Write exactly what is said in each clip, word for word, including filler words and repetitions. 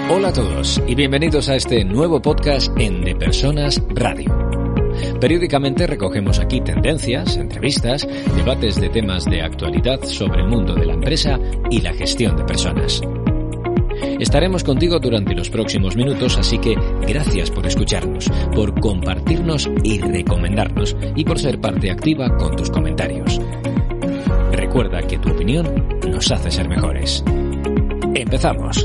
Hola a todos y bienvenidos a este nuevo podcast en De Personas Radio. Periódicamente recogemos aquí tendencias, entrevistas, debates de temas de actualidad sobre el mundo de la empresa y la gestión de personas. Estaremos contigo durante los próximos minutos, así que gracias por escucharnos, por compartirnos y recomendarnos y por ser parte activa con tus comentarios. Recuerda que tu opinión nos hace ser mejores. ¡Empezamos!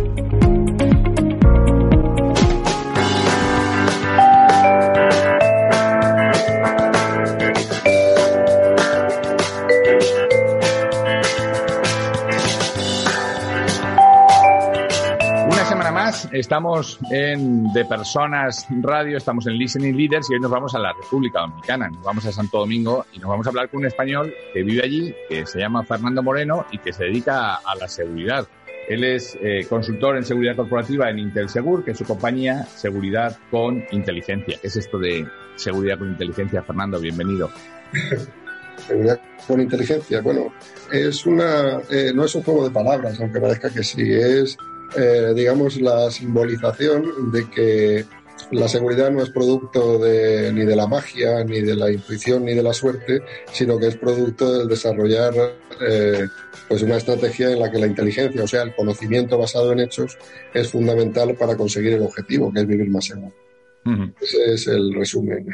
Estamos en De Personas Radio, estamos en Listening Leaders y hoy nos vamos a la República Dominicana, nos vamos a Santo Domingo y nos vamos a hablar con un español que vive allí, que se llama Fernando Moreno y que se dedica a la seguridad. Él es eh, consultor en seguridad corporativa en Intelsegur, que es su compañía Seguridad con Inteligencia. ¿Qué es esto de seguridad con inteligencia, Fernando? Bienvenido. Seguridad con inteligencia, bueno, es una, eh, no es un juego de palabras, aunque parezca que sí, es... Eh, digamos, la simbolización de que la seguridad no es producto de, ni de la magia, ni de la intuición, ni de la suerte, sino que es producto del desarrollar eh, pues una estrategia en la que la inteligencia, o sea, el conocimiento basado en hechos, es fundamental para conseguir el objetivo, que es vivir más seguro. Uh-huh. Ese es el resumen.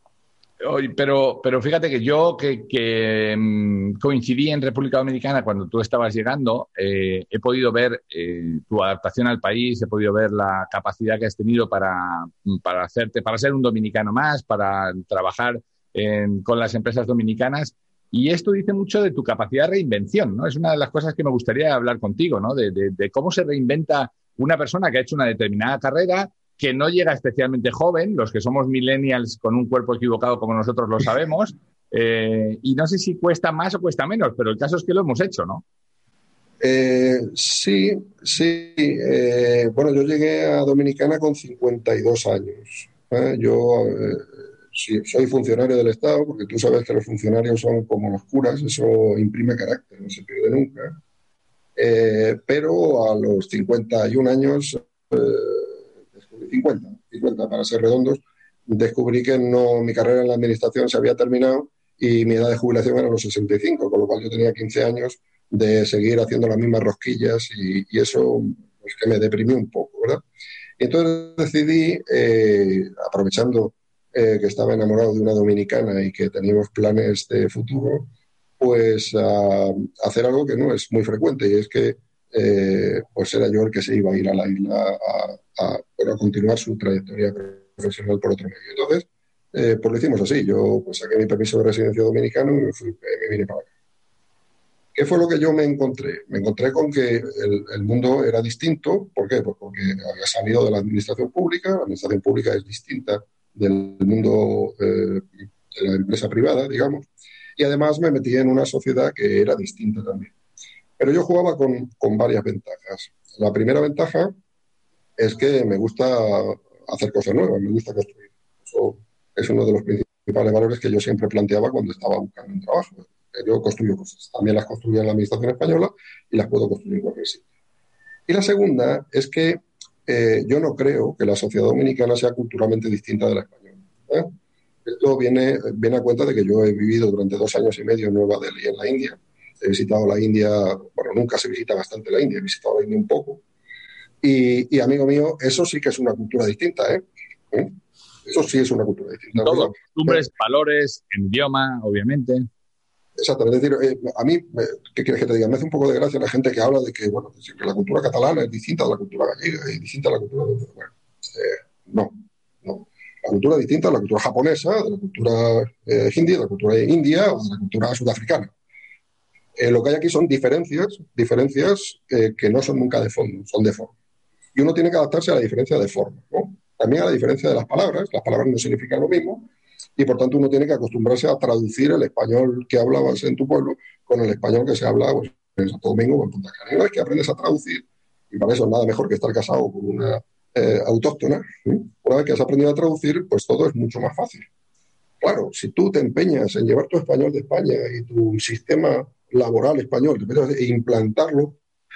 Pero, pero fíjate que yo que, que um, coincidí en República Dominicana cuando tú estabas llegando, eh, he podido ver eh, tu adaptación al país, he podido ver la capacidad que has tenido para, para hacerte, para ser un dominicano más, para trabajar en, con las empresas dominicanas. Y esto dice mucho de tu capacidad de reinvención, ¿no? Es una de las cosas que me gustaría hablar contigo, ¿no? De, de, de cómo se reinventa una persona que ha hecho una determinada carrera, que no llega especialmente joven, los que somos millennials con un cuerpo equivocado como nosotros lo sabemos, eh, y no sé si cuesta más o cuesta menos, pero el caso es que lo hemos hecho, ¿no? Eh, sí, sí. Eh, bueno, yo llegué a Dominicana con cincuenta y dos años. ¿eh? Yo eh, sí, soy funcionario del Estado, porque tú sabes que los funcionarios son como los curas, eso imprime carácter, no se pierde nunca. Eh, pero a los cincuenta y un años... Eh, cincuenta, cincuenta para ser redondos, descubrí que no, mi carrera en la administración se había terminado y mi edad de jubilación era los sesenta y cinco, con lo cual yo tenía quince años de seguir haciendo las mismas rosquillas y, y eso pues, que me deprimió un poco, ¿verdad? Y entonces decidí, eh, aprovechando eh, que estaba enamorado de una dominicana y que teníamos planes de futuro, pues uh, hacer algo que no es muy frecuente y es que Eh, pues era yo el que se iba a ir a la isla a, a, a continuar su trayectoria profesional por otro medio. Entonces, eh, pues lo hicimos así. Yo pues saqué mi permiso de residencia dominicano y me, fui, me vine para acá. ¿Qué fue lo que yo me encontré? Me encontré con que el, el mundo era distinto. ¿Por qué? Pues porque había salido de la administración pública. La administración pública es distinta del mundo eh, de la empresa privada, digamos. Y además me metí en una sociedad que era distinta también. Pero yo jugaba con, con varias ventajas. La primera ventaja es que me gusta hacer cosas nuevas, me gusta construir. Eso es uno de los principales valores que yo siempre planteaba cuando estaba buscando un trabajo. Yo construyo cosas. También las construyo en la administración española y las puedo construir en cualquier sitio. Y la segunda es que eh, yo no creo que la sociedad dominicana sea culturalmente distinta de la española. ¿eh? Esto viene, viene a cuenta de que yo he vivido durante dos años y medio en Nueva Delhi, en la India. He visitado la India, bueno, nunca se visita bastante la India, he visitado la India un poco. Y, y amigo mío, eso sí que es una cultura distinta, ¿eh? ¿Eh? Eso sí es una cultura distinta. Todo, costumbres, ¿eh? Valores, en idioma, obviamente. Exactamente, es decir, eh, a mí, ¿qué quieres que te diga? Me hace un poco de gracia la gente que habla de que, bueno, que la cultura catalana es distinta a la cultura gallega, es distinta a la cultura de... Bueno, eh, no, no. La cultura es distinta a la cultura japonesa, de la cultura eh, hindi, de la cultura india o de la cultura sudafricana. Eh, lo que hay aquí son diferencias, diferencias eh, que no son nunca de fondo, son de forma. Y uno tiene que adaptarse a la diferencia de forma, ¿no? También a la diferencia de las palabras. Las palabras no significan lo mismo y, por tanto, uno tiene que acostumbrarse a traducir el español que hablabas en tu pueblo con el español que se habla pues, en Santo Domingo o en Punta Cana. Y una vez que aprendes a traducir, y para eso nada mejor que estar casado con una eh, autóctona, ¿sí? Una vez que has aprendido a traducir, pues todo es mucho más fácil. Claro, si tú te empeñas en llevar tu español de España y tu sistema laboral español e implantarlo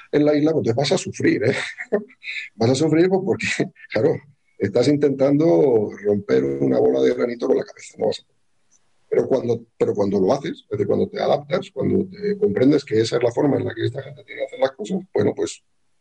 en la isla, pues te vas a sufrir, ¿eh? Vas a sufrir pues, porque, claro, estás intentando romper una bola de granito con la cabeza, no vas a Pero cuando, pero cuando lo haces, es decir, cuando te adaptas, cuando te comprendes que esa es la forma en la que esta gente tiene que hacer las cosas, bueno, pues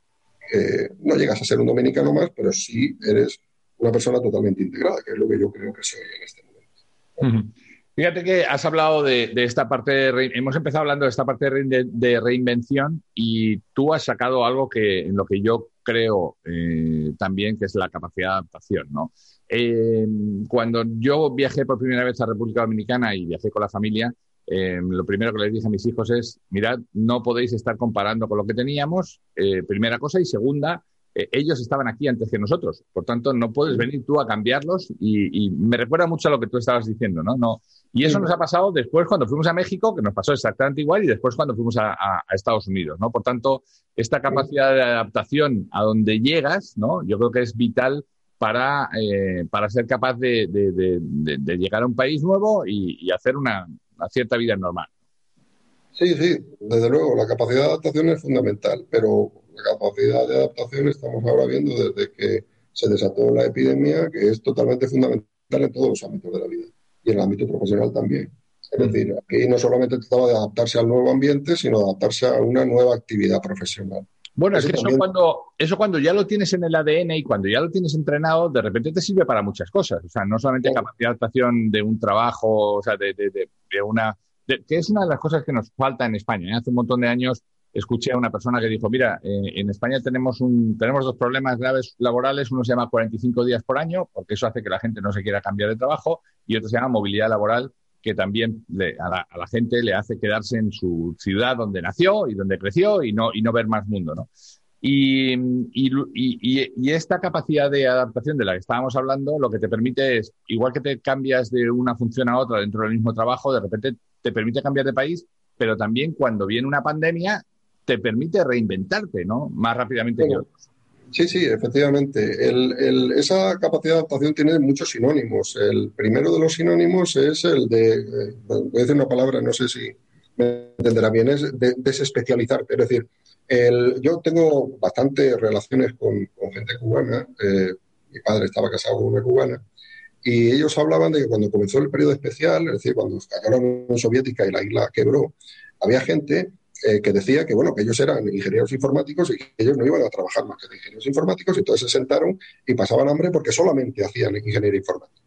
eh, no llegas a ser un dominicano más, pero sí eres una persona totalmente integrada, que es lo que yo creo que soy en este momento. Uh-huh. Fíjate que has hablado de, de esta parte, de re... hemos empezado hablando de esta parte de, de reinvención y tú has sacado algo que en lo que yo creo eh, también, que es la capacidad de adaptación, ¿no? Eh, cuando yo viajé por primera vez a República Dominicana y viajé con la familia, eh, lo primero que les dije a mis hijos es, mirad, no podéis estar comparando con lo que teníamos, eh, primera cosa, y segunda, eh, ellos estaban aquí antes que nosotros, por tanto no puedes venir tú a cambiarlos y, y me recuerda mucho a lo que tú estabas diciendo, ¿no? no Y eso nos ha pasado después cuando fuimos a México, que nos pasó exactamente igual, y después cuando fuimos a, a, a Estados Unidos, ¿no? Por tanto, esta capacidad de adaptación a donde llegas, ¿no? Yo creo que es vital para, eh, para ser capaz de, de, de, de, de llegar a un país nuevo y, y hacer una, una cierta vida normal. Sí, sí, desde luego, la capacidad de adaptación es fundamental, pero la capacidad de adaptación estamos ahora viendo desde que se desató la epidemia, que es totalmente fundamental en todos los ámbitos de la vida. Y en el ámbito profesional también. Es decir, aquí no solamente trataba de adaptarse al nuevo ambiente, sino adaptarse a una nueva actividad profesional. Bueno, eso es que también... eso, cuando, eso cuando ya lo tienes en el A D N y cuando ya lo tienes entrenado, de repente te sirve para muchas cosas. O sea, no solamente claro. capacidad de adaptación de un trabajo, o sea, de, de, de, de una... De, que es una de las cosas que nos falta en España. ¿eh? Hace un montón de años escuché a una persona que dijo, mira, eh, en España tenemos, un, tenemos dos problemas graves laborales. Uno se llama cuarenta y cinco días por año, porque eso hace que la gente no se quiera cambiar de trabajo, y otro se llama movilidad laboral, que también le, a, la, a la gente le hace quedarse en su ciudad donde nació y donde creció y no, y no ver más mundo, ¿no? Y, y, y, y esta capacidad de adaptación de la que estábamos hablando, lo que te permite es, igual que te cambias de una función a otra dentro del mismo trabajo, de repente te permite cambiar de país, pero también cuando viene una pandemia te permite reinventarte, ¿no? Más rápidamente bueno, que otros. Sí, sí, efectivamente. El, el, esa capacidad de adaptación tiene muchos sinónimos. El primero de los sinónimos es el de, eh, voy a decir una palabra, no sé si me entenderá bien, es de, desespecializarte. Es decir, el, yo tengo bastantes relaciones con, con gente cubana. Eh, mi padre estaba casado con una cubana. Y ellos hablaban de que cuando comenzó el periodo especial, es decir, cuando cayó la Unión Soviética y la isla quebró, había gente eh, que decía que, bueno, que ellos eran ingenieros informáticos y que ellos no iban a trabajar más que de ingenieros informáticos, y entonces se sentaron y pasaban hambre porque solamente hacían ingeniería informática.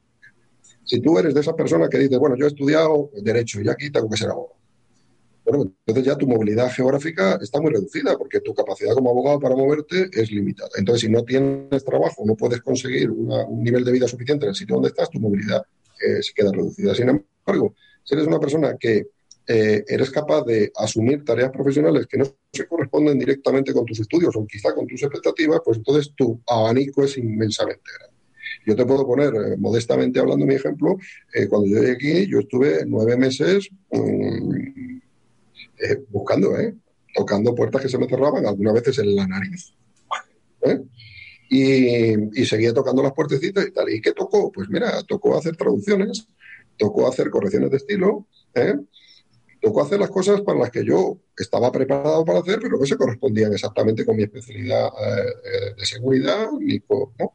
Si tú eres de esa persona que dice, bueno, yo he estudiado Derecho y aquí tengo que ser abogado, bueno, entonces ya tu movilidad geográfica está muy reducida porque tu capacidad como abogado para moverte es limitada. Entonces, si no tienes trabajo, no puedes conseguir una, un nivel de vida suficiente en el sitio donde estás, tu movilidad eh, se queda reducida. Sin embargo, si eres una persona que eh, eres capaz de asumir tareas profesionales que no se corresponden directamente con tus estudios o quizá con tus expectativas, pues entonces tu abanico es inmensamente grande. Yo te puedo poner, eh, modestamente hablando, mi ejemplo. Eh, cuando yo llegué aquí, yo estuve nueve meses... Um, Eh, buscando, ¿eh? tocando puertas que se me cerraban, algunas veces en la nariz. ¿eh? Y, y seguía tocando las puertecitas y tal. ¿Y qué tocó? Pues mira, tocó hacer traducciones, tocó hacer correcciones de estilo, ¿eh? tocó hacer las cosas para las que yo estaba preparado para hacer, pero que se correspondían exactamente con mi especialidad eh, de seguridad. Ni con, ¿no?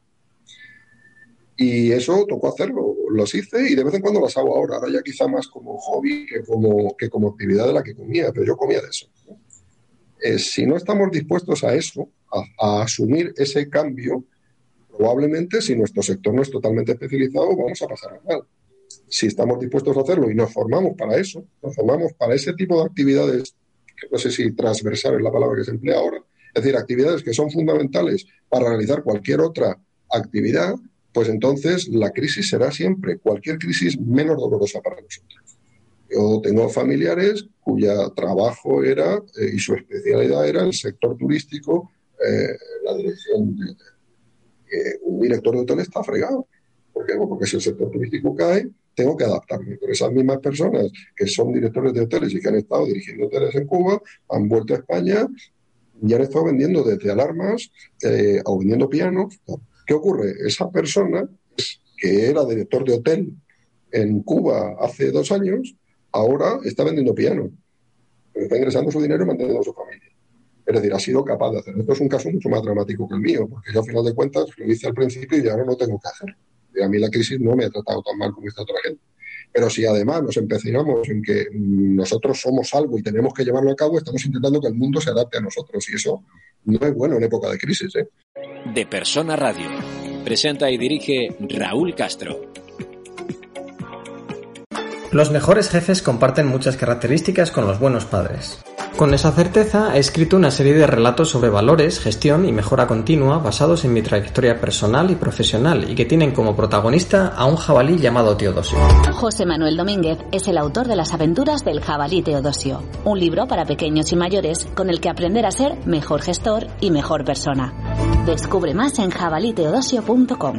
Y eso tocó hacerlo, los hice y de vez en cuando las hago ahora, ahora ya quizá más como hobby que como, que como actividad de la que comía, pero yo comía de eso. ¿no? Eh, si no estamos dispuestos a eso, a, a asumir ese cambio, probablemente si nuestro sector no es totalmente especializado, vamos a pasar mal. Si estamos dispuestos a hacerlo y nos formamos para eso, nos formamos para ese tipo de actividades, que no sé si transversal es la palabra que se emplea ahora, es decir, actividades que son fundamentales para realizar cualquier otra actividad, pues entonces la crisis será siempre, cualquier crisis, menos dolorosa para nosotros. Yo tengo familiares cuya trabajo era, eh, y su especialidad era el sector turístico, eh, la dirección de, de eh, un director de hotel está fregado. ¿Por qué? Porque si el sector turístico cae, tengo que adaptarme. Pero esas mismas personas que son directores de hoteles y que han estado dirigiendo hoteles en Cuba, han vuelto a España y han estado vendiendo desde alarmas eh, o vendiendo pianos. ¿Qué ocurre? Esa persona, que era director de hotel en Cuba hace dos años, ahora está vendiendo piano. Pero está ingresando su dinero y manteniendo a su familia. Es decir, ha sido capaz de hacer. Esto es un caso mucho más dramático que el mío, porque yo, a final de cuentas, lo hice al principio y ahora no tengo que hacerlo. Y a mí la crisis no me ha tratado tan mal como esta otra gente. Pero si además nos empecinamos en que nosotros somos algo y tenemos que llevarlo a cabo, estamos intentando que el mundo se adapte a nosotros. Y eso no es bueno en época de crisis, ¿eh? De Persona Radio. Presenta y dirige Raúl Castro. Los mejores jefes comparten muchas características con los buenos padres. Con esa certeza he escrito una serie de relatos sobre valores, gestión y mejora continua basados en mi trayectoria personal y profesional y que tienen como protagonista a un jabalí llamado Teodosio. José Manuel Domínguez es el autor de Las aventuras del jabalí Teodosio, un libro para pequeños y mayores con el que aprender a ser mejor gestor y mejor persona. Descubre más en jabalí teodosio punto com.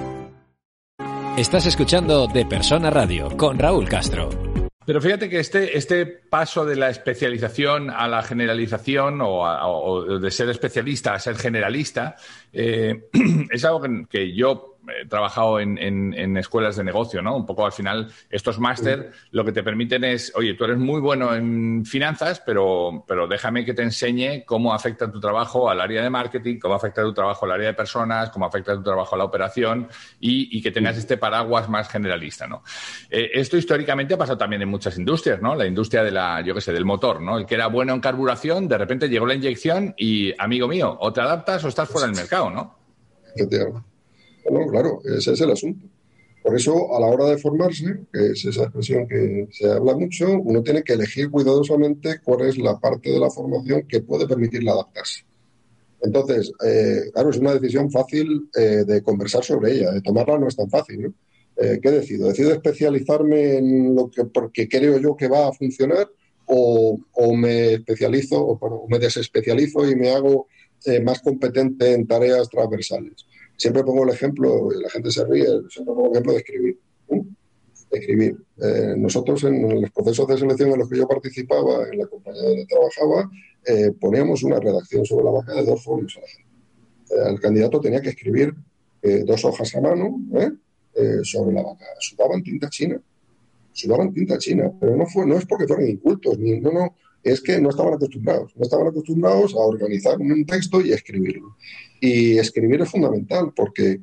Estás escuchando De Persona Radio con Raúl Castro. Pero fíjate que este, este paso de la especialización a la generalización o, a, o de ser especialista a ser generalista eh, es algo que, que yo he trabajado en, en, en escuelas de negocio, ¿no? Un poco al final estos máster lo que te permiten es, oye, tú eres muy bueno en finanzas, pero, pero déjame que te enseñe cómo afecta tu trabajo al área de marketing, cómo afecta tu trabajo al área de personas, cómo afecta tu trabajo a la operación y, y que tengas este paraguas más generalista, ¿no? Eh, esto históricamente ha pasado también en muchas industrias, ¿no? La industria de la, yo qué sé, del motor, ¿no? El que era bueno en carburación, de repente llegó la inyección y, amigo mío, o te adaptas o estás fuera del mercado, ¿no? Efectivamente. Bueno, claro, ese es el asunto. Por eso, a la hora de formarse, que es esa expresión que se habla mucho, uno tiene que elegir cuidadosamente cuál es la parte de la formación que puede permitirle adaptarse. Entonces, eh, claro, es una decisión fácil eh, de conversar sobre ella, de tomarla no es tan fácil, ¿no? Eh, ¿Qué decido? ¿Decido especializarme en lo que porque creo yo que va a funcionar o, o me especializo o, o me desespecializo y me hago eh, más competente en tareas transversales? Siempre pongo el ejemplo, y la gente se ríe, siempre pongo el ejemplo de escribir. ¿eh? Escribir. Eh, nosotros en, en los procesos de selección en los que yo participaba, en la compañía donde trabajaba, eh, poníamos una redacción sobre la vaca de dos folios a la gente. Eh, el candidato tenía que escribir eh, dos hojas a mano ¿eh? Eh, sobre la vaca. Sudaban tinta china. Sudaban tinta china. Pero no, fue, no es porque fueran incultos, ni, no, no. Es que no estaban acostumbrados. No estaban acostumbrados a organizar un texto y a escribirlo. Y escribir es fundamental porque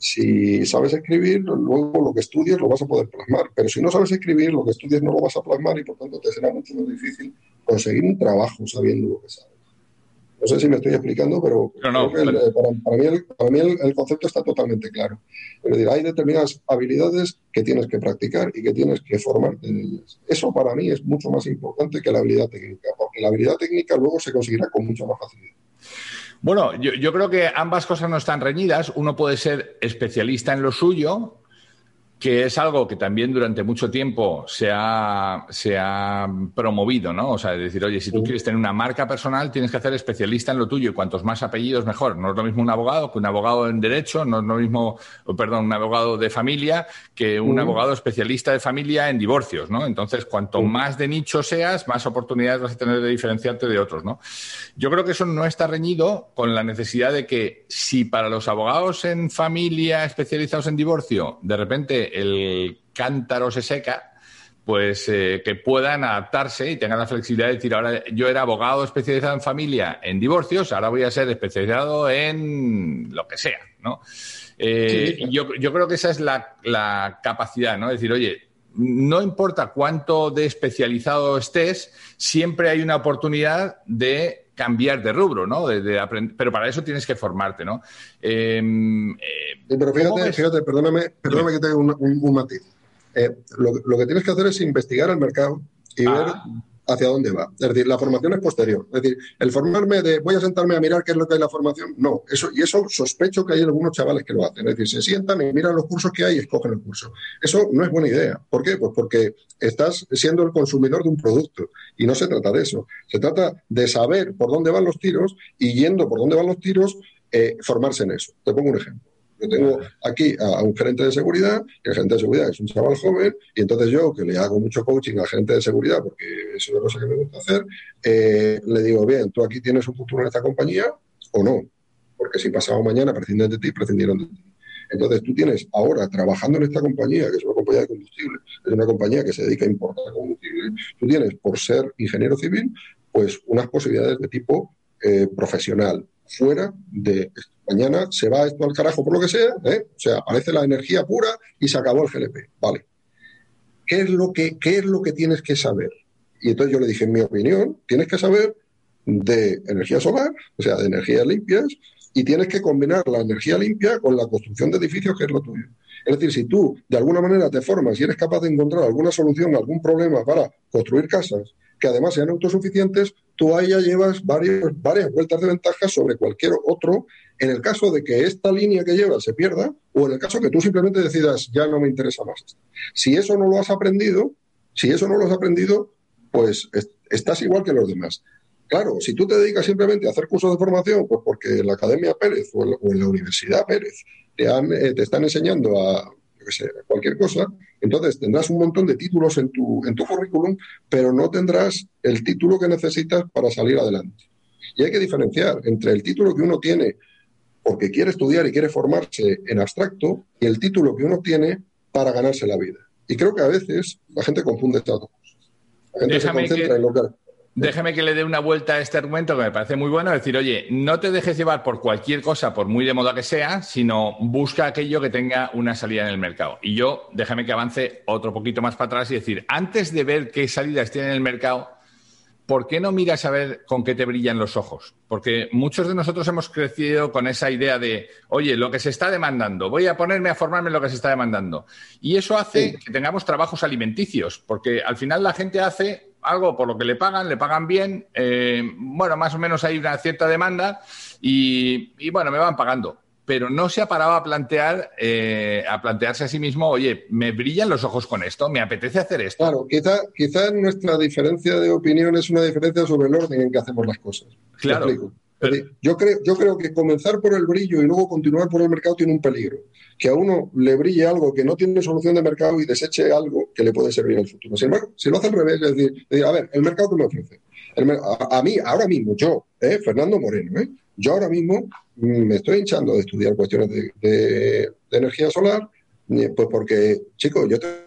si sabes escribir, luego lo que estudies lo vas a poder plasmar. Pero si no sabes escribir, lo que estudies no lo vas a plasmar y por tanto te será mucho más difícil conseguir un trabajo sabiendo lo que sabes. No sé si me estoy explicando, pero no, no, creo que pero... el, para, para mí, el, para mí el, el concepto está totalmente claro. Es decir, hay determinadas habilidades que tienes que practicar y que tienes que formarte en ellas. Eso para mí es mucho más importante que la habilidad técnica, porque la habilidad técnica luego se conseguirá con mucha más facilidad. Bueno, yo, yo creo que ambas cosas no están reñidas. Uno puede ser especialista en lo suyo, que es algo que también durante mucho tiempo se ha, se ha promovido, ¿no? O sea, es decir, oye, si tú quieres tener una marca personal, tienes que hacer especialista en lo tuyo y cuantos más apellidos, mejor. No es lo mismo un abogado que un abogado en derecho, no es lo mismo, perdón, un abogado de familia que un uh-huh. abogado especialista de familia en divorcios, ¿no? Entonces, cuanto uh-huh. más de nicho seas, más oportunidades vas a tener de diferenciarte de otros, ¿no? Yo creo que eso no está reñido con la necesidad de que si para los abogados en familia especializados en divorcio, de repente el cántaro se seca, pues eh, que puedan adaptarse y tengan la flexibilidad de decir, ahora yo era abogado especializado en familia, en divorcios, ahora voy a ser especializado en lo que sea, ¿no? Eh, sí, sí. Yo, yo creo que esa es la, la capacidad, ¿no? Es decir, oye, no importa cuánto de especializado estés, siempre hay una oportunidad de cambiar de rubro, ¿no? De, de aprender, pero para eso tienes que formarte, ¿no? Eh, eh, sí, pero fíjate, fíjate, perdóname, perdóname que te dé un, un, un matiz. Eh, lo, lo que tienes que hacer es investigar el mercado y ah. ver hacia dónde va. Es decir, la formación es posterior. Es decir, el formarme de voy a sentarme a mirar qué es lo que hay en la formación, no. Eso, y eso sospecho que hay algunos chavales que lo hacen. Es decir, se sientan y miran los cursos que hay y escogen el curso. Eso no es buena idea. ¿Por qué? Pues porque estás siendo el consumidor de un producto y no se trata de eso. Se trata de saber por dónde van los tiros y yendo por dónde van los tiros, eh, formarse en eso. Te pongo un ejemplo. Yo tengo aquí a un gerente de seguridad, y el gerente de seguridad es un chaval joven, y entonces yo, que le hago mucho coaching al gerente de seguridad, porque es una cosa que me gusta hacer, eh, le digo, bien, ¿tú aquí tienes un futuro en esta compañía o no? Porque si pasado mañana prescinden de ti, prescindieron de ti. Entonces tú tienes ahora, trabajando en esta compañía, que es una compañía de combustible, es una compañía que se dedica a importar combustible, tú tienes, por ser ingeniero civil, pues unas posibilidades de tipo eh, profesional, fuera de esto. Mañana se va esto al carajo por lo que sea, ¿eh? O sea, aparece la energía pura y se acabó el G L P. Vale. ¿Qué es lo que, qué es lo que tienes que saber? Y entonces yo le dije, en mi opinión, tienes que saber de energía solar, o sea, de energías limpias, y tienes que combinar la energía limpia con la construcción de edificios, que es lo tuyo. Es decir, si tú de alguna manera te formas y eres capaz de encontrar alguna solución, algún problema para construir casas que además sean autosuficientes, tú ahí ya llevas varios, varias vueltas de ventaja sobre cualquier otro, en el caso de que esta línea que llevas se pierda, o en el caso que tú simplemente decidas, ya no me interesa más esto. Si eso no lo has aprendido, si eso no lo has aprendido, pues est- estás igual que los demás. Claro, si tú te dedicas simplemente a hacer cursos de formación, pues porque en la Academia Pérez o en la, o en la Universidad Pérez te, han, eh, te están enseñando a, yo qué sé, cualquier cosa, entonces tendrás un montón de títulos en tu, en tu currículum, pero no tendrás el título que necesitas para salir adelante. Y hay que diferenciar entre el título que uno tiene porque quiere estudiar y quiere formarse en abstracto y el título que uno tiene para ganarse la vida. Y creo que a veces la gente confunde estas dos cosas. La gente Déjame se concentra que... en lo que... Déjame que le dé una vuelta a este argumento que me parece muy bueno, decir, oye, no te dejes llevar por cualquier cosa, por muy de moda que sea, sino busca aquello que tenga una salida en el mercado. Y yo, déjame que avance otro poquito más para atrás y decir, antes de ver qué salidas tiene en el mercado, ¿por qué no miras a ver con qué te brillan los ojos? Porque muchos de nosotros hemos crecido con esa idea de, oye, lo que se está demandando, voy a ponerme a formarme en lo que se está demandando. Y eso hace Sí. que tengamos trabajos alimenticios, porque al final la gente hace algo por lo que le pagan, le pagan bien, eh, bueno, más o menos hay una cierta demanda y, y bueno, me van pagando. Pero no se ha parado a plantear, eh, a plantearse a sí mismo, oye, ¿me brillan los ojos con esto? ¿Me apetece hacer esto? Claro, quizá, quizá nuestra diferencia de opinión es una diferencia sobre el orden en que hacemos las cosas. Claro. ¿Me explico? Es decir, yo creo, yo creo que comenzar por el brillo y luego continuar por el mercado tiene un peligro. Que a uno le brille algo que no tiene solución de mercado y deseche algo que le puede servir en el futuro. Sin embargo, si lo hace al revés, es decir, es decir, a ver, ¿el mercado qué me ofrece? El mer- a, a mí, ahora mismo, yo, eh, Fernando Moreno, eh, yo ahora mismo mm, me estoy hinchando de estudiar cuestiones de, de- de energía solar, eh, pues porque, chicos, yo tengo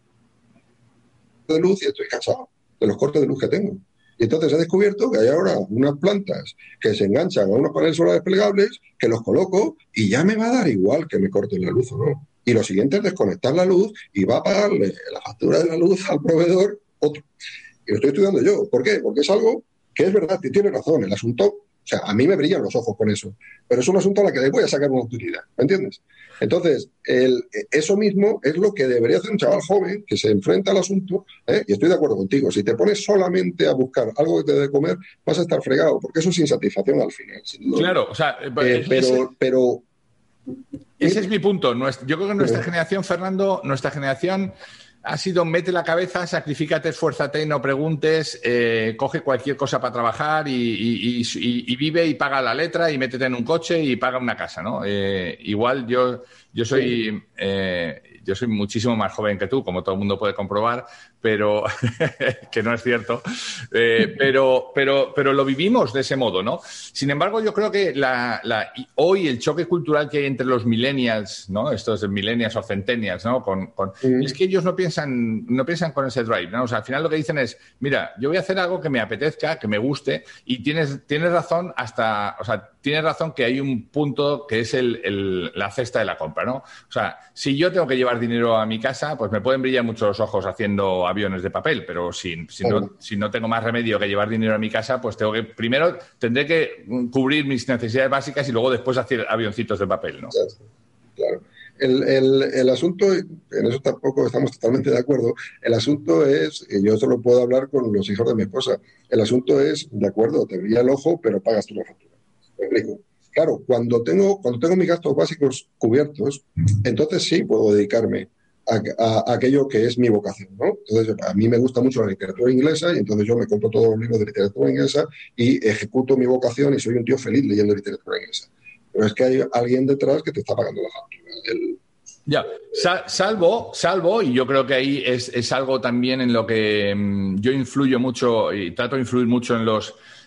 de luz y estoy cansado de los cortes de luz que tengo. Y entonces he descubierto que hay ahora unas plantas que se enganchan a unos paneles solares plegables, que los coloco y ya me va a dar igual que me corten la luz o no. Y lo siguiente es desconectar la luz y va a pagarle la factura de la luz al proveedor otro. Y lo estoy estudiando yo. ¿Por qué? Porque es algo que es verdad, tiene razón. El asunto, o sea, a mí me brillan los ojos con eso, pero es un asunto a la que le voy a sacar una utilidad, ¿me entiendes? Entonces, el, eso mismo es lo que debería hacer un chaval joven que se enfrenta al asunto, ¿eh? Y estoy de acuerdo contigo, si te pones solamente a buscar algo que te dé de comer, vas a estar fregado, porque eso es insatisfacción al final, sin duda. Claro, o sea, Eh, ese, pero, pero ese es mi punto. Nuestra- Yo creo que nuestra Pero- generación, Fernando, nuestra generación ha sido mete la cabeza, sacrifícate, esfuérzate y no preguntes, eh, coge cualquier cosa para trabajar y, y- y- y- y vive y paga la letra y métete en un coche y paga una casa, ¿no? Eh, igual yo, yo soy eh, yo soy muchísimo más joven que tú, como todo el mundo puede comprobar, pero que no es cierto. Eh, pero, pero, pero lo vivimos de ese modo, ¿no? Sin embargo, yo creo que la, la, y hoy el choque cultural que hay entre los millennials, ¿no? Estos millennials o centennials, ¿no? Con, con, Mm. es que ellos no piensan, no piensan con ese drive, ¿no? O sea, al final lo que dicen es, mira, yo voy a hacer algo que me apetezca, que me guste, y tienes, tienes razón hasta, o sea, tienes razón que hay un punto que es el, el, la cesta de la compra, ¿no? O sea, si yo tengo que llevar dinero a mi casa, pues me pueden brillar mucho los ojos haciendo aviones de papel, pero si, si, no, si no tengo más remedio que llevar dinero a mi casa, pues tengo que, primero tendré que cubrir mis necesidades básicas y luego después hacer avioncitos de papel, ¿no? Claro. El, el, el asunto, en eso tampoco estamos totalmente de acuerdo, el asunto es, y yo solo puedo hablar con los hijos de mi esposa, el asunto es, de acuerdo, te brilla el ojo, pero pagas tú la factura. ¿Me explico? Claro, cuando tengo, cuando tengo mis gastos básicos cubiertos, entonces sí puedo dedicarme a, a, a aquello que es mi vocación, ¿no? Entonces, a mí me gusta mucho la literatura inglesa y entonces yo me compro todos los libros de literatura inglesa y ejecuto mi vocación y soy un tío feliz leyendo literatura inglesa. Pero es que hay alguien detrás que te está pagando la factura. El... Ya, Sal, salvo, salvo, y yo creo que ahí es, es algo también en lo que mmm, yo influyo mucho y trato de influir mucho en los,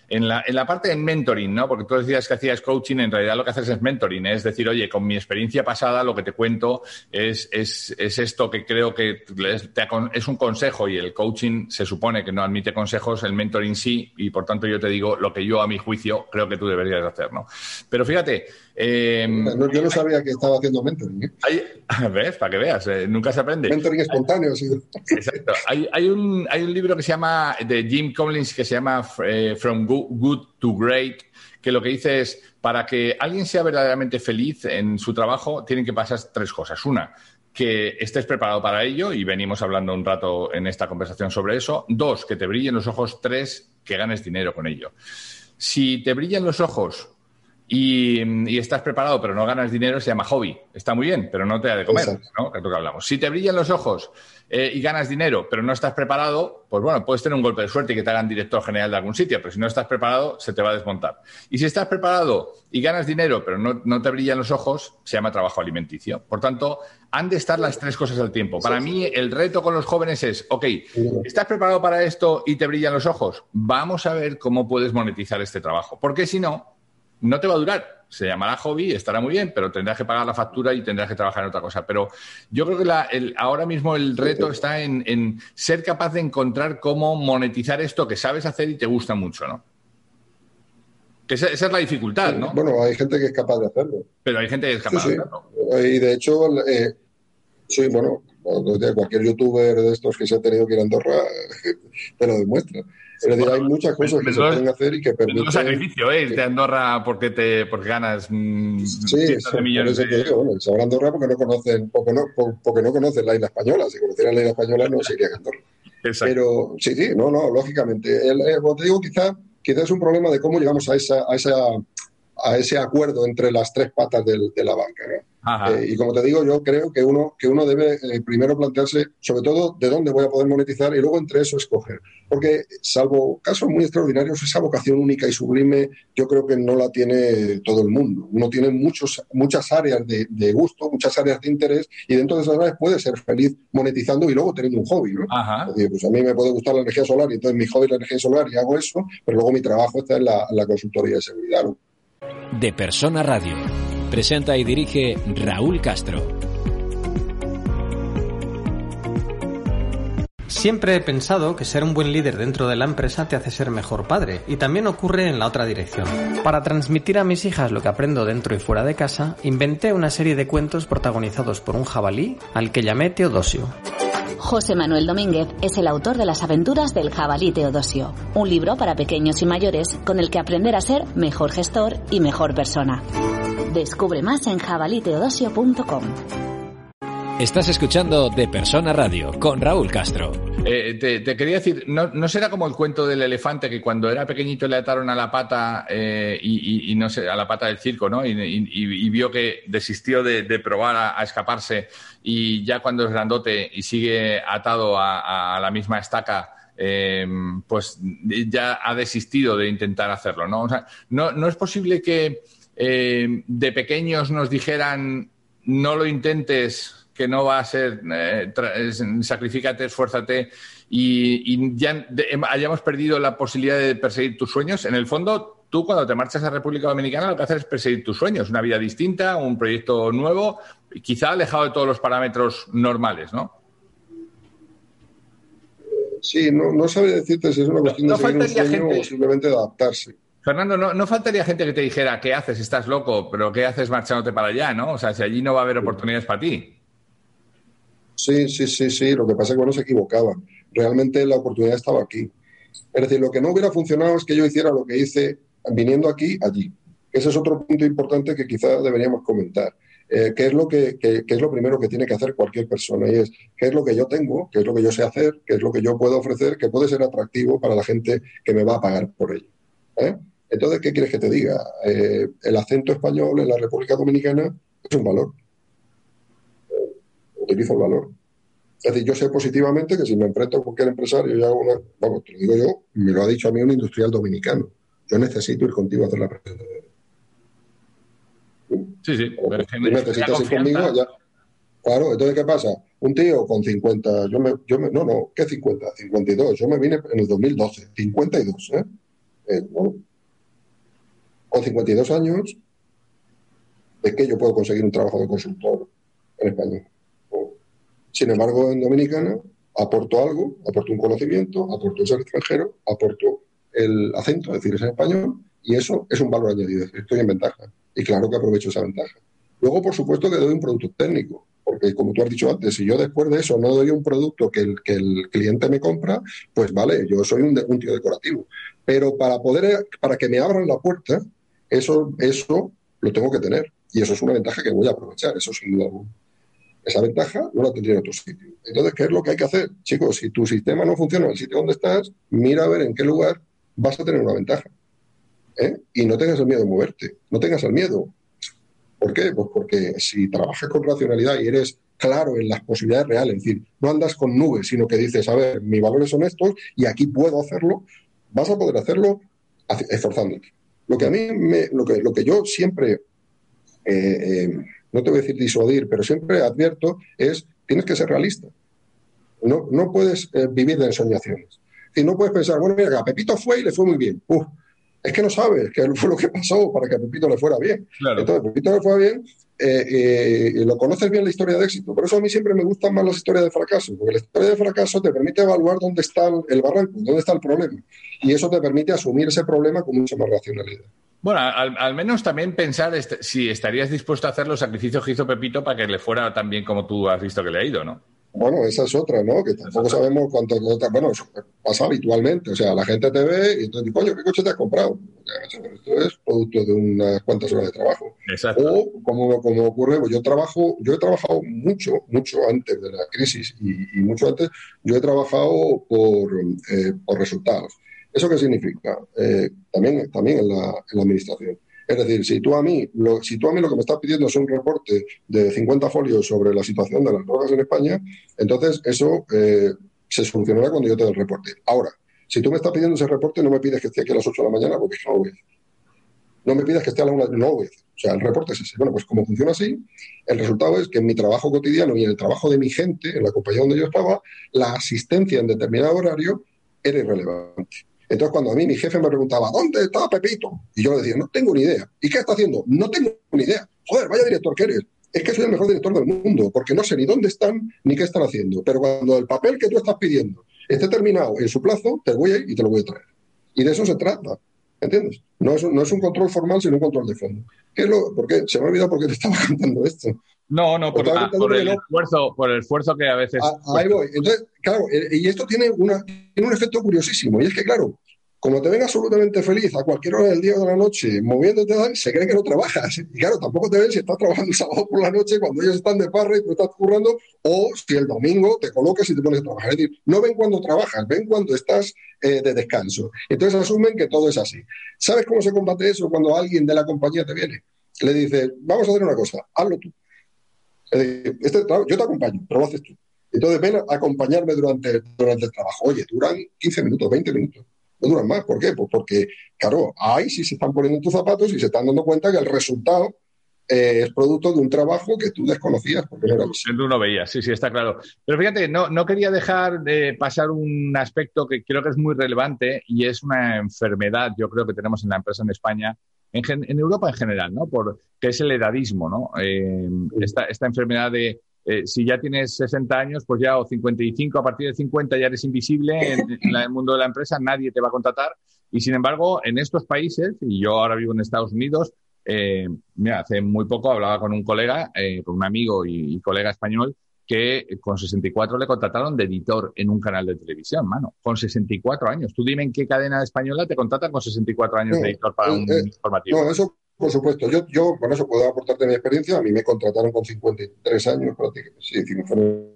En la, en la parte de mentoring, ¿no? Porque tú decías que hacías coaching, en realidad lo que haces es mentoring, ¿eh? Es decir, oye, con mi experiencia pasada lo que te cuento es, es, es esto que creo que es, te, es un consejo, y el coaching se supone que no admite consejos, el mentoring sí, y por tanto yo te digo lo que yo a mi juicio creo que tú deberías hacer, ¿no? Pero fíjate... Eh, no, yo no sabía que estaba haciendo mentoring, ¿eh? Hay, ¿ves? Para que veas, eh, nunca se aprende. Mentoring espontáneo, sí. Exacto. Hay, hay, un, hay un libro que se llama, de Jim Collins, que se llama eh, From Good, Good to Great, que lo que dice es, para que alguien sea verdaderamente feliz en su trabajo, tienen que pasar tres cosas. Una, que estés preparado para ello, y venimos hablando un rato en esta conversación sobre eso. Dos, que te brillen los ojos. Tres, que ganes dinero con ello. Si te brillan los ojos y, y estás preparado pero no ganas dinero, se llama hobby. Está muy bien, pero no te da de comer, Exacto. ¿no? Que es lo que hablamos. Si te brillan los ojos eh, y ganas dinero pero no estás preparado, pues bueno, puedes tener un golpe de suerte y que te hagan director general de algún sitio, pero si no estás preparado, se te va a desmontar. Y si estás preparado y ganas dinero pero no, no te brillan los ojos, se llama trabajo alimenticio. Por tanto, han de estar las tres cosas al tiempo. Para mí, el reto con los jóvenes es, ok, ¿estás preparado para esto y te brillan los ojos? Vamos a ver cómo puedes monetizar este trabajo. Porque si no, no te va a durar. Se llamará hobby, estará muy bien, pero tendrás que pagar la factura y tendrás que trabajar en otra cosa. Pero yo creo que la, el, ahora mismo el reto está en, en ser capaz de encontrar cómo monetizar esto que sabes hacer y te gusta mucho, ¿no? Que esa, esa es la dificultad, ¿no? Bueno, hay gente que es capaz de hacerlo. Pero hay gente que es capaz sí, de sí. hacerlo. Y de hecho, eh, sí, bueno, cualquier youtuber de estos que se ha tenido que ir a Andorra te lo demuestra. Es decir, bueno, hay muchas cosas que se pueden hacer y que permiten... Es un sacrificio, ¿eh? Irte a Andorra porque, te, porque ganas mmm, sí, cientos de millones de euros. Bueno, se van a Andorra porque no conocen, porque no, porque no conocen la isla española. Si conocieran la isla española no se irían a Andorra. Exacto. Pero sí, sí, no, no, lógicamente. El, el, como te digo, quizá, quizá es un problema de cómo llegamos a esa, a esa, a ese acuerdo entre las tres patas del, de la banca, ¿no? Eh, y como te digo, yo creo que uno, que uno debe eh, primero plantearse, sobre todo, de dónde voy a poder monetizar y luego entre eso escoger. Porque, salvo casos muy extraordinarios, esa vocación única y sublime yo creo que no la tiene todo el mundo. Uno tiene muchos, muchas áreas de, de gusto, muchas áreas de interés, y dentro de esas áreas puede ser feliz monetizando y luego teniendo un hobby, ¿no? Ajá. Decir, pues a mí me puede gustar la energía solar y entonces mi hobby es la energía solar y hago eso, pero luego mi trabajo está en la, en la consultoría de seguridad, ¿no? De Persona Radio. Presenta y dirige Raúl Castro. Siempre he pensado que ser un buen líder dentro de la empresa te hace ser mejor padre, y también ocurre en la otra dirección. Para transmitir a mis hijas lo que aprendo dentro y fuera de casa, inventé una serie de cuentos protagonizados por un jabalí al que llamé Teodosio. José Manuel Domínguez es el autor de Las aventuras del jabalí Teodosio, un libro para pequeños y mayores con el que aprender a ser mejor gestor y mejor persona. Descubre más en jabalí teodosio punto com. Estás escuchando De Persona Radio con Raúl Castro. Eh, te, te quería decir, ¿no, ¿no será como el cuento del elefante que cuando era pequeñito le ataron a la pata eh, y, y, y no sé, a la pata del circo, ¿no? Y, y, y vio que desistió de, de probar a, a escaparse, y ya cuando es grandote y sigue atado a, a la misma estaca, eh, pues ya ha desistido de intentar hacerlo, ¿no? O sea, no, no es posible que eh, de pequeños nos dijeran no lo intentes, que no va a ser, eh, tra- sacrifícate, esfuérzate, y, y ya de, hayamos perdido la posibilidad de perseguir tus sueños. En el fondo, tú cuando te marchas a República Dominicana lo que haces es perseguir tus sueños, una vida distinta, un proyecto nuevo, quizá alejado de todos los parámetros normales, ¿no? Sí, no, no sabría decirte si es una cuestión no, de no seguir un sueño gente... o simplemente de adaptarse. Fernando, no, no faltaría gente que te dijera, ¿qué haces? Estás loco, pero ¿qué haces marchándote para allá, no? O sea, si allí no va a haber oportunidades para ti. Sí, sí, sí, sí. Lo que pasa es que uno se equivocaba. Realmente la oportunidad estaba aquí. Es decir, lo que no hubiera funcionado es que yo hiciera lo que hice viniendo aquí, allí. Ese es otro punto importante que quizás deberíamos comentar. Eh, ¿qué es lo que, que, que es lo primero que tiene que hacer cualquier persona? Y es, ¿qué es lo que yo tengo? ¿Qué es lo que yo sé hacer? ¿Qué es lo que yo puedo ofrecer? Que puede ser atractivo para la gente que me va a pagar por ello. ¿Eh? Entonces, ¿qué quieres que te diga? Eh, el acento español en la República Dominicana es un valor. Utilizo el valor. Es decir, yo sé positivamente que si me enfrento a cualquier empresario y hago una... Vamos, te lo digo yo, me lo ha dicho a mí un industrial dominicano. Yo necesito ir contigo a hacer la presentación. Sí, sí. Pues, tú necesitas ir conmigo allá. Claro, entonces, ¿qué pasa? Un tío con cincuenta, yo me, yo me, no, no, ¿qué cincuenta? cincuenta y dos. Yo me vine en el dos mil doce, cincuenta y dos, ¿eh? Eh, bueno, con cincuenta y dos años, ¿de qué yo puedo conseguir un trabajo de consultor en español? O, sin embargo, en Dominicana aporto algo, aporto un conocimiento, aporto el ser extranjero, aporto el acento, es decir, es en español, y eso es un valor añadido. Estoy en ventaja. Y claro que aprovecho esa ventaja. Luego, por supuesto, que doy un producto técnico, porque como tú has dicho antes, si yo después de eso no doy un producto que el, que el cliente me compra, pues vale, yo soy un, de, un tío decorativo. Pero para poder, para que me abran la puerta, eso, eso lo tengo que tener. Y eso es una ventaja que voy a aprovechar, eso sin duda alguna. Esa ventaja no la tendría en otro sitio. Entonces, ¿qué es lo que hay que hacer? Chicos, si tu sistema no funciona en el sitio donde estás, mira a ver en qué lugar vas a tener una ventaja. ¿Eh? Y no tengas el miedo de moverte, no tengas el miedo. ¿Por qué? Pues porque si trabajas con racionalidad y eres claro en las posibilidades reales, es decir, no andas con nubes, sino que dices, a ver, mis valores son estos y aquí puedo hacerlo, vas a poder hacerlo esforzándote. Lo que a mí, me, lo, que, lo que yo siempre, eh, eh, no te voy a decir disuadir, pero siempre advierto es, tienes que ser realista. No, no puedes eh, vivir de ensoñaciones. Es decir, no puedes pensar, bueno, mira, a Pepito fue y le fue muy bien. Uf, es que no sabes qué fue lo que pasó para que a Pepito le fuera bien. Claro. Entonces, a Pepito le fue bien, eh, eh, lo conoces bien la historia de éxito. Por eso a mí siempre me gustan más las historias de fracaso, porque la historia de fracaso te permite evaluar dónde está el barranco, dónde está el problema. Y eso te permite asumir ese problema con mucha más racionalidad. Bueno, al, al menos también pensar est- si estarías dispuesto a hacer los sacrificios que hizo Pepito para que le fuera tan bien como tú has visto que le ha ido, ¿no? Bueno, esa es otra, ¿no? Que tampoco sabemos cuánto... Bueno, eso pasa habitualmente. O sea, la gente te ve y entonces, coño, ¿qué coche te has comprado? Esto es producto de unas cuantas horas de trabajo. Exacto. O, como, como ocurre, pues yo trabajo, yo he trabajado mucho, mucho antes de la crisis y, y mucho antes, yo he trabajado por, eh, por resultados. ¿Eso qué significa? Eh, también, también en la, en la administración. Es decir, si tú a mí lo, si tú a mí lo que me estás pidiendo es un reporte de cincuenta folios sobre la situación de las drogas en España, entonces eso eh, se solucionará cuando yo te dé el reporte. Ahora, si tú me estás pidiendo ese reporte, no me pides que esté aquí a las ocho de la mañana porque no lo voy a hacer. No me pidas que esté a la una, no lo voy a hacer. O sea, el reporte es ese. Bueno, pues como funciona así, el resultado es que en mi trabajo cotidiano y en el trabajo de mi gente, en la compañía donde yo estaba, la asistencia en determinado horario era irrelevante. Entonces, cuando a mí mi jefe me preguntaba, ¿dónde está Pepito? Y yo le decía, no tengo ni idea. ¿Y qué está haciendo? No tengo ni idea. Joder, vaya director que eres. Es que soy el mejor director del mundo, porque no sé ni dónde están ni qué están haciendo. Pero cuando el papel que tú estás pidiendo esté terminado en su plazo, te voy a ir y te lo voy a traer. Y de eso se trata, ¿entiendes? No es, no es un control formal, sino un control de fondo. ¿Qué es lo, porque se me ha olvidado por qué te estaba contando esto. No, no, por, la, por el esfuerzo, por el esfuerzo que a veces... Ah, ahí voy. Entonces, claro, y esto tiene, una, tiene un efecto curiosísimo, y es que, claro, como te ven absolutamente feliz a cualquier hora del día o de la noche, moviéndote, se creen que no trabajas. Y claro, tampoco te ven si estás trabajando el sábado por la noche, cuando ellos están de parra y tú estás currando, o si el domingo te colocas y te pones a trabajar. Es decir, no ven cuando trabajas, ven cuando estás eh, de descanso. Entonces asumen que todo es así. ¿Sabes cómo se combate eso cuando alguien de la compañía te viene? Le dices, vamos a hacer una cosa, hazlo tú. Es decir, este, yo te acompaño, pero lo haces tú. Entonces ven a acompañarme durante, durante el trabajo. Oye, duran quince minutos, veinte minutos. No duran más. ¿Por qué? Pues porque, claro, ahí sí se están poniendo en tus zapatos y se están dando cuenta que el resultado eh, es producto de un trabajo que tú desconocías. Porque no era tú no veías, sí, sí, está claro. Pero fíjate, no, no quería dejar de pasar un aspecto que creo que es muy relevante y es una enfermedad, yo creo que tenemos en la empresa en España, en, gen, en Europa en general, ¿no? Por, que es el edadismo, ¿no? Eh, esta, esta enfermedad de... Eh, si ya tienes sesenta años, pues ya, o cincuenta y cinco, a partir de cincuenta ya eres invisible en, en el mundo de la empresa, nadie te va a contratar. Y sin embargo, en estos países, y yo ahora vivo en Estados Unidos, eh, mira, hace muy poco hablaba con un colega, eh, con un amigo y, y colega español, que con sesenta y cuatro le contrataron de editor en un canal de televisión, mano, con sesenta y cuatro años. Tú dime en qué cadena española te contratan con sesenta y cuatro años no, de editor para eh, un eh, informativo. No, eso... Por supuesto, yo, yo con eso puedo aportarte mi experiencia. A mí me contrataron con cincuenta y tres años, prácticamente, sí, fueron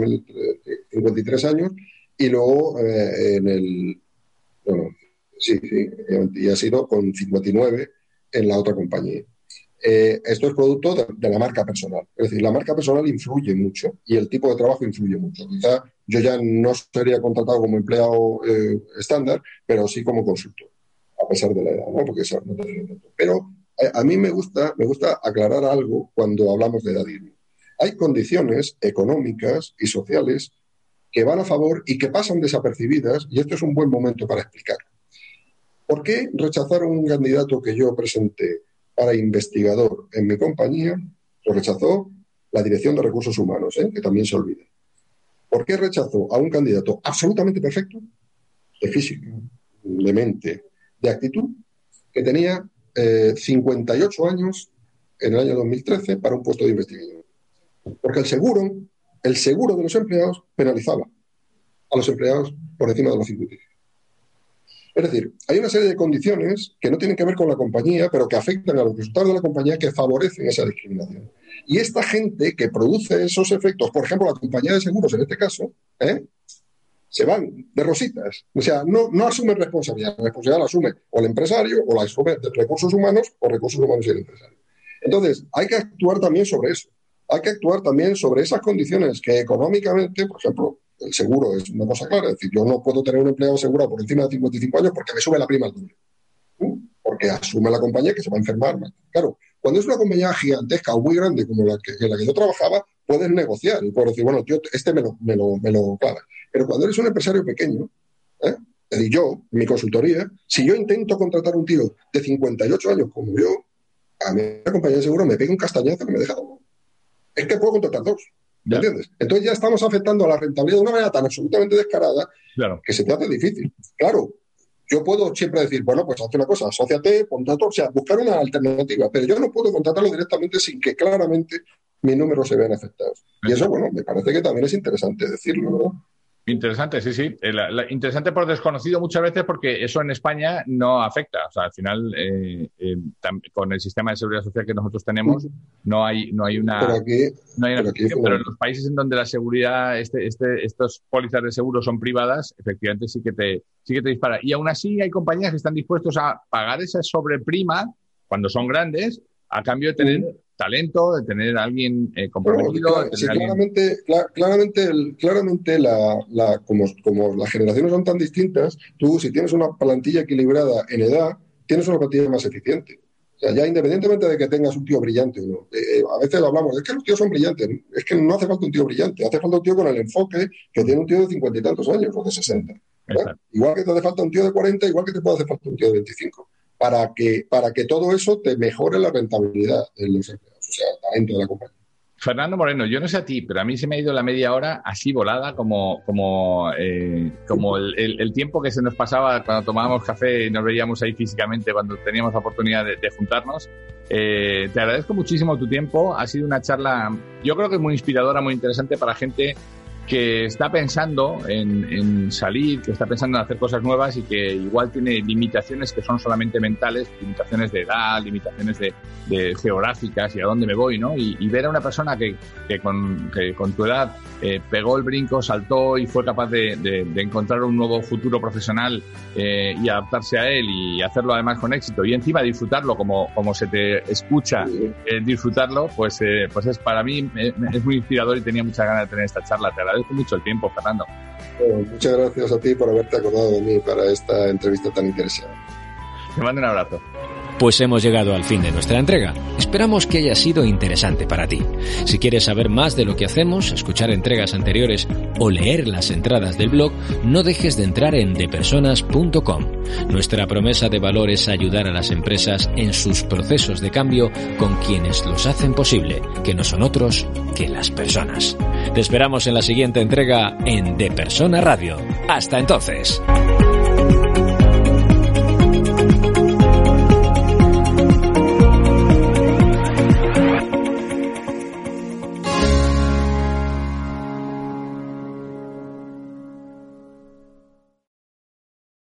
cincuenta y tres años, y luego eh, en el... Bueno, sí, sí, y ha sido con cincuenta y nueve en la otra compañía. Eh, esto es producto de, de la marca personal. Es decir, la marca personal influye mucho y el tipo de trabajo influye mucho. Quizá yo ya no sería contratado como empleado eh, estándar, pero sí como consultor, a pesar de la edad, ¿no? Porque eso no te digo tanto. Pero a mí me gusta, me gusta aclarar algo cuando hablamos de edadismo. Hay condiciones económicas y sociales que van a favor y que pasan desapercibidas, y esto es un buen momento para explicarlo. ¿Por qué rechazaron un candidato que yo presenté para investigador en mi compañía? Lo rechazó la Dirección de Recursos Humanos, ¿eh? que también se olvida. ¿Por qué rechazó a un candidato absolutamente perfecto, de física, de mente, de actitud, que tenía eh, cincuenta y ocho años en el año dos mil trece para un puesto de investigador? Porque el seguro, el seguro de los empleados penalizaba a los empleados por encima de los cincuenta y cinco. Es decir, hay una serie de condiciones que no tienen que ver con la compañía, pero que afectan a los resultados de la compañía, que favorecen esa discriminación. Y esta gente que produce esos efectos, por ejemplo, la compañía de seguros en este caso, ¿eh? se van de rositas. O sea, no, no asumen responsabilidad. La responsabilidad la asume o el empresario, o la asume de recursos humanos, o recursos humanos y el empresario. Entonces, hay que actuar también sobre eso. Hay que actuar también sobre esas condiciones que económicamente, por ejemplo, el seguro es una cosa clara. Es decir, yo no puedo tener un empleado asegurado por encima de cincuenta y cinco años porque me sube la prima al doble. ¿Mm? Porque asume la compañía que se va a enfermar más. Claro, cuando es una compañía gigantesca o muy grande como la que, en la que yo trabajaba, puedes negociar y puedes decir, bueno, tío, este me lo, me lo, me lo clava. Pero cuando eres un empresario pequeño, ¿eh? Es decir, yo, en mi consultoría, si yo intento contratar a un tío de cincuenta y ocho años como yo, a mí la compañía de seguro me pega un castañazo que me deja loco. Es que puedo contratar dos. ¿Me entiendes? Entonces ya estamos afectando a la rentabilidad de una manera tan absolutamente descarada, claro, que se te hace difícil. Claro, yo puedo siempre decir, bueno, pues haz una cosa, asóciate, contrato, o sea, buscar una alternativa, pero yo no puedo contratarlo directamente sin que claramente mis números se vean afectados. Y eso, bueno, me parece que también es interesante decirlo, ¿no? Interesante, sí, sí. La, la, interesante por desconocido muchas veces porque eso en España no afecta. O sea, al final, eh, eh, tam, con el sistema de seguridad social que nosotros tenemos, no hay, no hay una... Pero aquí, no hay una pero, aquí pero en los países en donde la seguridad, este, este, estos pólizas de seguro son privadas, efectivamente sí que te, sí que te dispara. Y aún así hay compañías que están dispuestos a pagar esa sobreprima cuando son grandes, a cambio de tener uh-huh. talento, de tener a alguien eh, comprometido. Bueno, claro, sí, claramente, alguien... cl- claramente, el, claramente la, la, como, como las generaciones son tan distintas, tú si tienes una plantilla equilibrada en edad, tienes una plantilla más eficiente. O sea, ya independientemente de que tengas un tío brillante o no. Eh, a veces hablamos, es que los tíos son brillantes. Es que no hace falta un tío brillante, hace falta un tío con el enfoque que tiene un tío de cincuenta y tantos años o de sesenta. Igual que te hace falta un tío de cuarenta, igual que te puede hacer falta un tío de veinticinco. Para que, para que todo eso te mejore la rentabilidad de los empleados, o sea, el talento de la compañía. Fernando Moreno, yo no sé a ti, pero a mí se me ha ido la media hora así volada como, como, eh, como el, el, el tiempo que se nos pasaba cuando tomábamos café y nos veíamos ahí físicamente cuando teníamos la oportunidad de, de juntarnos. Eh, te agradezco muchísimo tu tiempo. Ha sido una charla, yo creo que es muy inspiradora, muy interesante para gente que está pensando en, en salir, que está pensando en hacer cosas nuevas y que igual tiene limitaciones que son solamente mentales, limitaciones de edad, limitaciones de, de geográficas y a dónde me voy, ¿no? Y, y ver a una persona que, que, con, que con tu edad eh, pegó el brinco, saltó y fue capaz de, de, de encontrar un nuevo futuro profesional eh, y adaptarse a él y hacerlo además con éxito y encima disfrutarlo como, como se te escucha eh, disfrutarlo, pues, eh, pues es para mí eh, es muy inspirador y tenía muchas ganas de tener esta charla. Te agradezco mucho el tiempo, Fernando. Bueno, muchas gracias a ti por haberte acordado de mí para esta entrevista tan interesante. Te mando un abrazo. Pues hemos llegado al fin de nuestra entrega. Esperamos que haya sido interesante para ti. Si quieres saber más de lo que hacemos, escuchar entregas anteriores o leer las entradas del blog, no dejes de entrar en de personas punto com. Nuestra promesa de valor es ayudar a las empresas en sus procesos de cambio con quienes los hacen posible, que no son otros que las personas. Te esperamos en la siguiente entrega en De Persona Radio. Hasta entonces.